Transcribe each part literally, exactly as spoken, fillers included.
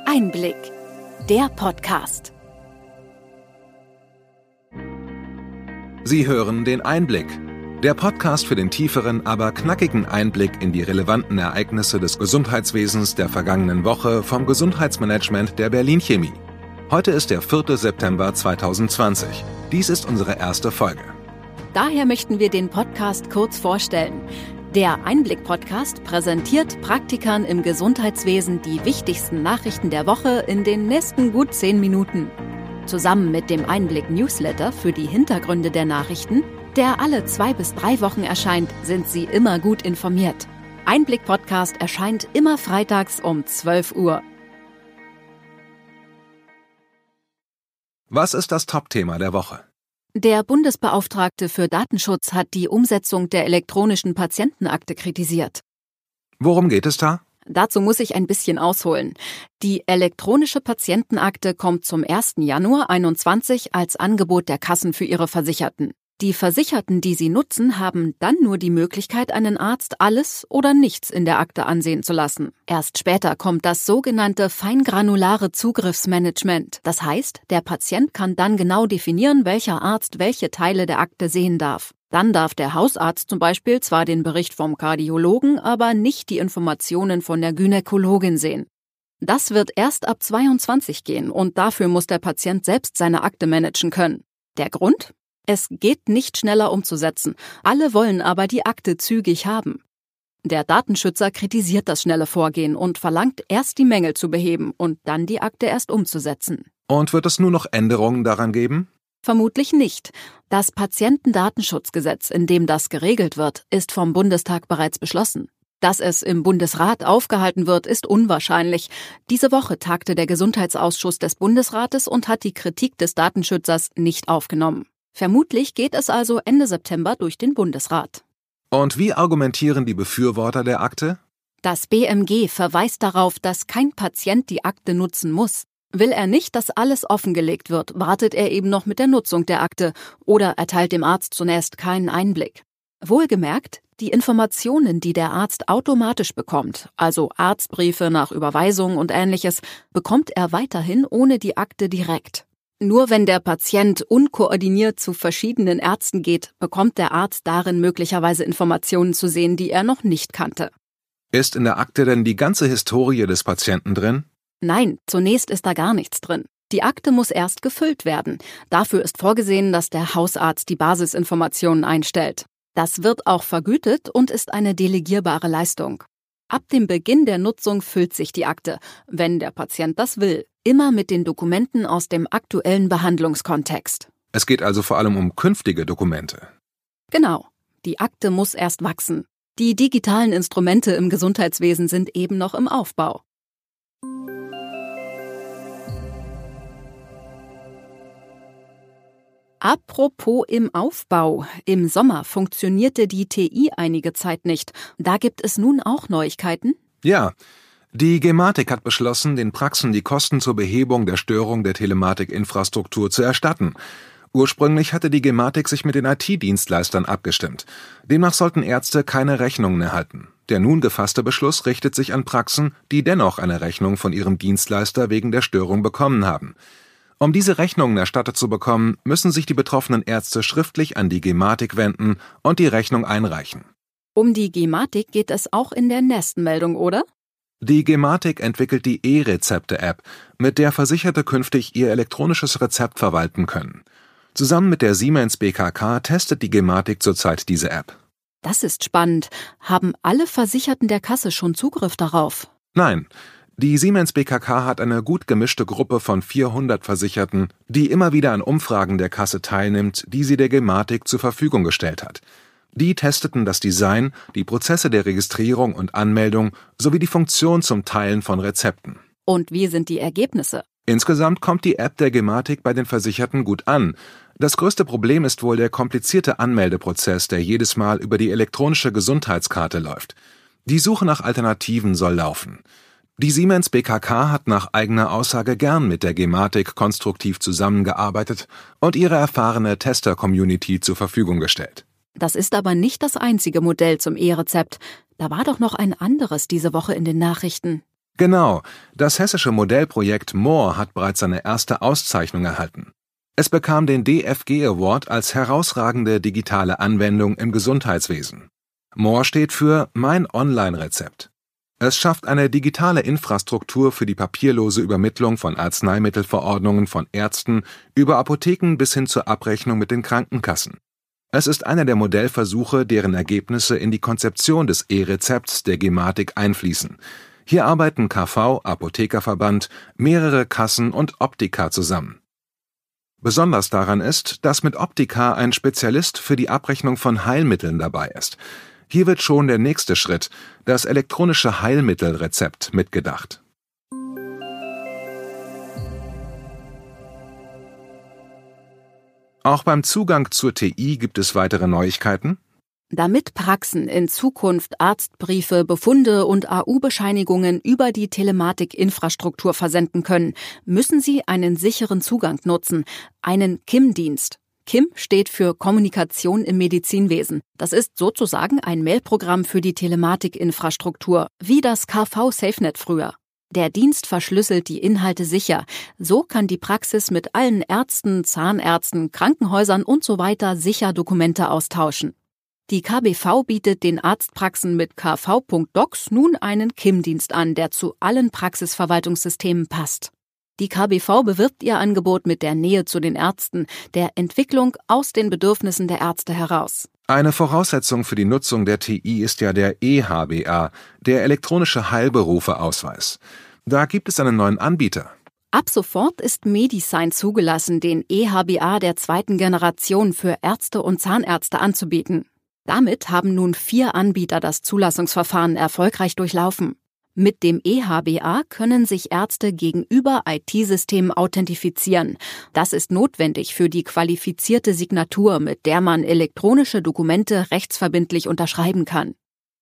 Einblick, der Podcast. Sie hören den Einblick, der Podcast für den tieferen, aber knackigen Einblick in die relevanten Ereignisse des Gesundheitswesens der vergangenen Woche vom Gesundheitsmanagement der Berlin Chemie. Heute ist der vierte September zweitausendzwanzig. Dies ist unsere erste Folge. Daher möchten wir den Podcast kurz vorstellen. Der Einblick-Podcast präsentiert Praktikern im Gesundheitswesen die wichtigsten Nachrichten der Woche in den nächsten gut zehn Minuten. Zusammen mit dem Einblick-Newsletter für die Hintergründe der Nachrichten, der alle zwei bis drei Wochen erscheint, sind Sie immer gut informiert. Einblick-Podcast erscheint immer freitags um zwölf Uhr. Was ist das Top-Thema der Woche? Der Bundesbeauftragte für Datenschutz hat die Umsetzung der elektronischen Patientenakte kritisiert. Worum geht es da? Dazu muss ich ein bisschen ausholen. Die elektronische Patientenakte kommt zum ersten Januar einundzwanzig als Angebot der Kassen für ihre Versicherten. Die Versicherten, die sie nutzen, haben dann nur die Möglichkeit, einen Arzt alles oder nichts in der Akte ansehen zu lassen. Erst später kommt das sogenannte feingranulare Zugriffsmanagement. Das heißt, der Patient kann dann genau definieren, welcher Arzt welche Teile der Akte sehen darf. Dann darf der Hausarzt zum Beispiel zwar den Bericht vom Kardiologen, aber nicht die Informationen von der Gynäkologin sehen. Das wird erst ab zweiundzwanzig gehen und dafür muss der Patient selbst seine Akte managen können. Der Grund? Es geht nicht schneller umzusetzen. Alle wollen aber die Akte zügig haben. Der Datenschützer kritisiert das schnelle Vorgehen und verlangt, erst die Mängel zu beheben und dann die Akte erst umzusetzen. Und wird es nur noch Änderungen daran geben? Vermutlich nicht. Das Patientendatenschutzgesetz, in dem das geregelt wird, ist vom Bundestag bereits beschlossen. Dass es im Bundesrat aufgehalten wird, ist unwahrscheinlich. Diese Woche tagte der Gesundheitsausschuss des Bundesrates und hat die Kritik des Datenschützers nicht aufgenommen. Vermutlich geht es also Ende September durch den Bundesrat. Und wie argumentieren die Befürworter der Akte? Das B M G verweist darauf, dass kein Patient die Akte nutzen muss. Will er nicht, dass alles offengelegt wird, wartet er eben noch mit der Nutzung der Akte oder erteilt dem Arzt zunächst keinen Einblick. Wohlgemerkt, die Informationen, die der Arzt automatisch bekommt, also Arztbriefe nach Überweisung und Ähnliches, bekommt er weiterhin ohne die Akte direkt. Nur wenn der Patient unkoordiniert zu verschiedenen Ärzten geht, bekommt der Arzt darin möglicherweise Informationen zu sehen, die er noch nicht kannte. Ist in der Akte denn die ganze Historie des Patienten drin? Nein, zunächst ist da gar nichts drin. Die Akte muss erst gefüllt werden. Dafür ist vorgesehen, dass der Hausarzt die Basisinformationen einstellt. Das wird auch vergütet und ist eine delegierbare Leistung. Ab dem Beginn der Nutzung füllt sich die Akte, wenn der Patient das will, immer mit den Dokumenten aus dem aktuellen Behandlungskontext. Es geht also vor allem um künftige Dokumente. Genau, die Akte muss erst wachsen. Die digitalen Instrumente im Gesundheitswesen sind eben noch im Aufbau. Apropos im Aufbau. Im Sommer funktionierte die T I einige Zeit nicht. Da gibt es nun auch Neuigkeiten? Ja, die Gematik hat beschlossen, den Praxen die Kosten zur Behebung der Störung der Telematikinfrastruktur zu erstatten. Ursprünglich hatte die Gematik sich mit den I T-Dienstleistern abgestimmt. Demnach sollten Ärzte keine Rechnungen erhalten. Der nun gefasste Beschluss richtet sich an Praxen, die dennoch eine Rechnung von ihrem Dienstleister wegen der Störung bekommen haben. Um diese Rechnungen erstattet zu bekommen, müssen sich die betroffenen Ärzte schriftlich an die Gematik wenden und die Rechnung einreichen. Um die Gematik geht es auch in der nächsten Meldung, oder? Die Gematik entwickelt die E-Rezepte-App, mit der Versicherte künftig ihr elektronisches Rezept verwalten können. Zusammen mit der Siemens B K K testet die Gematik zurzeit diese App. Das ist spannend. Haben alle Versicherten der Kasse schon Zugriff darauf? Nein. Die Siemens B K K hat eine gut gemischte Gruppe von vierhundert Versicherten, die immer wieder an Umfragen der Kasse teilnimmt, die sie der Gematik zur Verfügung gestellt hat. Die testeten das Design, die Prozesse der Registrierung und Anmeldung sowie die Funktion zum Teilen von Rezepten. Und wie sind die Ergebnisse? Insgesamt kommt die App der Gematik bei den Versicherten gut an. Das größte Problem ist wohl der komplizierte Anmeldeprozess, der jedes Mal über die elektronische Gesundheitskarte läuft. Die Suche nach Alternativen soll laufen. Die Siemens B K K hat nach eigener Aussage gern mit der Gematik konstruktiv zusammengearbeitet und ihre erfahrene Tester-Community zur Verfügung gestellt. Das ist aber nicht das einzige Modell zum E-Rezept. Da war doch noch ein anderes diese Woche in den Nachrichten. Genau, das hessische Modellprojekt M O R hat bereits seine erste Auszeichnung erhalten. Es bekam den D F G Award als herausragende digitale Anwendung im Gesundheitswesen. M O R steht für Mein Online-Rezept. Es schafft eine digitale Infrastruktur für die papierlose Übermittlung von Arzneimittelverordnungen von Ärzten über Apotheken bis hin zur Abrechnung mit den Krankenkassen. Es ist einer der Modellversuche, deren Ergebnisse in die Konzeption des E-Rezepts der Gematik einfließen. Hier arbeiten K V, Apothekerverband, mehrere Kassen und Optika zusammen. Besonders daran ist, dass mit Optika ein Spezialist für die Abrechnung von Heilmitteln dabei ist. Hier wird schon der nächste Schritt, das elektronische Heilmittelrezept, mitgedacht. Auch beim Zugang zur T I gibt es weitere Neuigkeiten. Damit Praxen in Zukunft Arztbriefe, Befunde und A U-Bescheinigungen über die Telematik-Infrastruktur versenden können, müssen sie einen sicheren Zugang nutzen, einen K I M-Dienst. K I M steht für Kommunikation im Medizinwesen. Das ist sozusagen ein Mailprogramm für die Telematik-Infrastruktur, wie das K V-SafeNet früher. Der Dienst verschlüsselt die Inhalte sicher. So kann die Praxis mit allen Ärzten, Zahnärzten, Krankenhäusern und so weiter sicher Dokumente austauschen. Die K B V bietet den Arztpraxen mit k v punkt docs nun einen K I M-Dienst an, der zu allen Praxisverwaltungssystemen passt. Die K B V bewirbt ihr Angebot mit der Nähe zu den Ärzten, der Entwicklung aus den Bedürfnissen der Ärzte heraus. Eine Voraussetzung für die Nutzung der T I ist ja der E H B A, der elektronische Heilberufeausweis. Da gibt es einen neuen Anbieter. Ab sofort ist Medisign zugelassen, den E H B A der zweiten Generation für Ärzte und Zahnärzte anzubieten. Damit haben nun vier Anbieter das Zulassungsverfahren erfolgreich durchlaufen. Mit dem E H B A können sich Ärzte gegenüber I T-Systemen authentifizieren. Das ist notwendig für die qualifizierte Signatur, mit der man elektronische Dokumente rechtsverbindlich unterschreiben kann.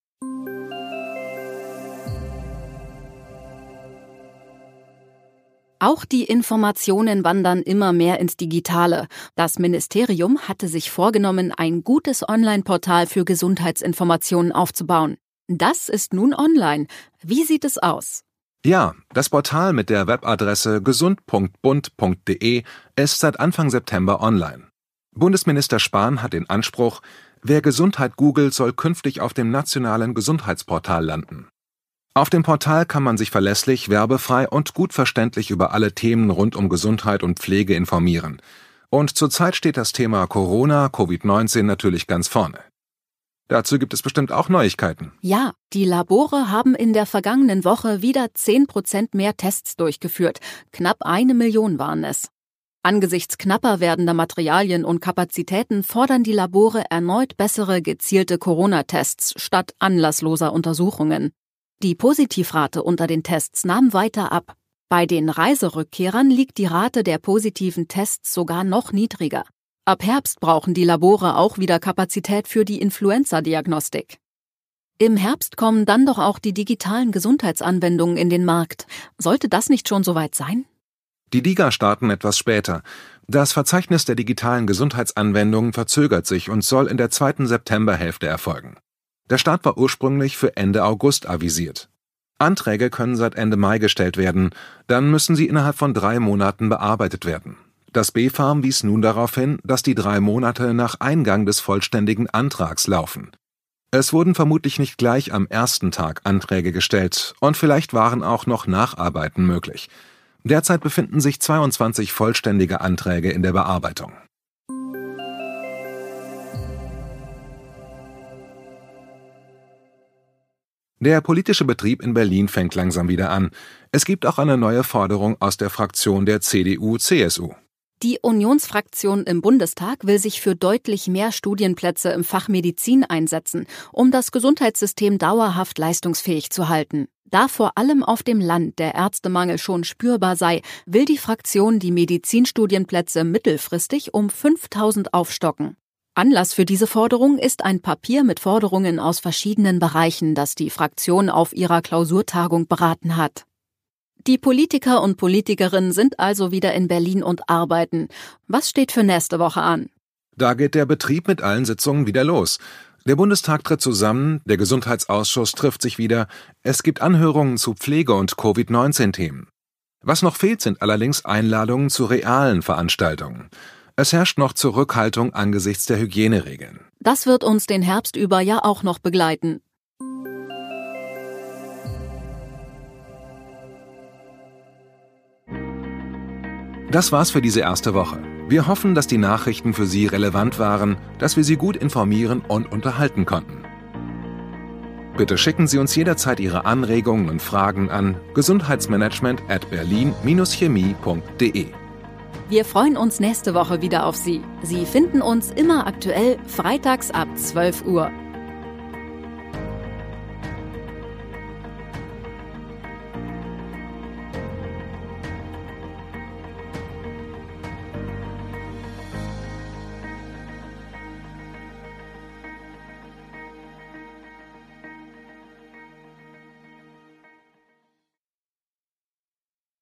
Auch die Informationen wandern immer mehr ins Digitale. Das Ministerium hatte sich vorgenommen, ein gutes Online-Portal für Gesundheitsinformationen aufzubauen. Das ist nun online. Wie sieht es aus? Ja, das Portal mit der Webadresse gesund punkt bund punkt de ist seit Anfang September online. Bundesminister Spahn hat den Anspruch, wer Gesundheit googelt, soll künftig auf dem nationalen Gesundheitsportal landen. Auf dem Portal kann man sich verlässlich, werbefrei und gut verständlich über alle Themen rund um Gesundheit und Pflege informieren. Und zurzeit steht das Thema Corona, Covid neunzehn natürlich ganz vorne. Dazu gibt es bestimmt auch Neuigkeiten. Ja, die Labore haben in der vergangenen Woche wieder zehn Prozent mehr Tests durchgeführt. Knapp eine Million waren es. Angesichts knapper werdender Materialien und Kapazitäten fordern die Labore erneut bessere, gezielte Corona-Tests statt anlassloser Untersuchungen. Die Positivrate unter den Tests nahm weiter ab. Bei den Reiserückkehrern liegt die Rate der positiven Tests sogar noch niedriger. Ab Herbst brauchen die Labore auch wieder Kapazität für die Influenza-Diagnostik. Im Herbst kommen dann doch auch die digitalen Gesundheitsanwendungen in den Markt. Sollte das nicht schon soweit sein? Die DiGA starten etwas später. Das Verzeichnis der digitalen Gesundheitsanwendungen verzögert sich und soll in der zweiten Septemberhälfte erfolgen. Der Start war ursprünglich für Ende August avisiert. Anträge können seit Ende Mai gestellt werden, dann müssen sie innerhalb von drei Monaten bearbeitet werden. Das B fArM wies nun darauf hin, dass die drei Monate nach Eingang des vollständigen Antrags laufen. Es wurden vermutlich nicht gleich am ersten Tag Anträge gestellt und vielleicht waren auch noch Nacharbeiten möglich. Derzeit befinden sich zweiundzwanzig vollständige Anträge in der Bearbeitung. Der politische Betrieb in Berlin fängt langsam wieder an. Es gibt auch eine neue Forderung aus der Fraktion der C D U C S U. Die Unionsfraktion im Bundestag will sich für deutlich mehr Studienplätze im Fach Medizin einsetzen, um das Gesundheitssystem dauerhaft leistungsfähig zu halten. Da vor allem auf dem Land der Ärztemangel schon spürbar sei, will die Fraktion die Medizinstudienplätze mittelfristig um fünftausend aufstocken. Anlass für diese Forderung ist ein Papier mit Forderungen aus verschiedenen Bereichen, das die Fraktion auf ihrer Klausurtagung beraten hat. Die Politiker und Politikerinnen sind also wieder in Berlin und arbeiten. Was steht für nächste Woche an? Da geht der Betrieb mit allen Sitzungen wieder los. Der Bundestag tritt zusammen, der Gesundheitsausschuss trifft sich wieder, es gibt Anhörungen zu Pflege- und Covid neunzehn Themen. Was noch fehlt, sind allerdings Einladungen zu realen Veranstaltungen. Es herrscht noch Zurückhaltung angesichts der Hygieneregeln. Das wird uns den Herbst über ja auch noch begleiten. Das war's für diese erste Woche. Wir hoffen, dass die Nachrichten für Sie relevant waren, dass wir Sie gut informieren und unterhalten konnten. Bitte schicken Sie uns jederzeit Ihre Anregungen und Fragen an gesundheitsmanagement at berlin chemie punkt de. Wir freuen uns nächste Woche wieder auf Sie. Sie finden uns immer aktuell freitags ab zwölf Uhr.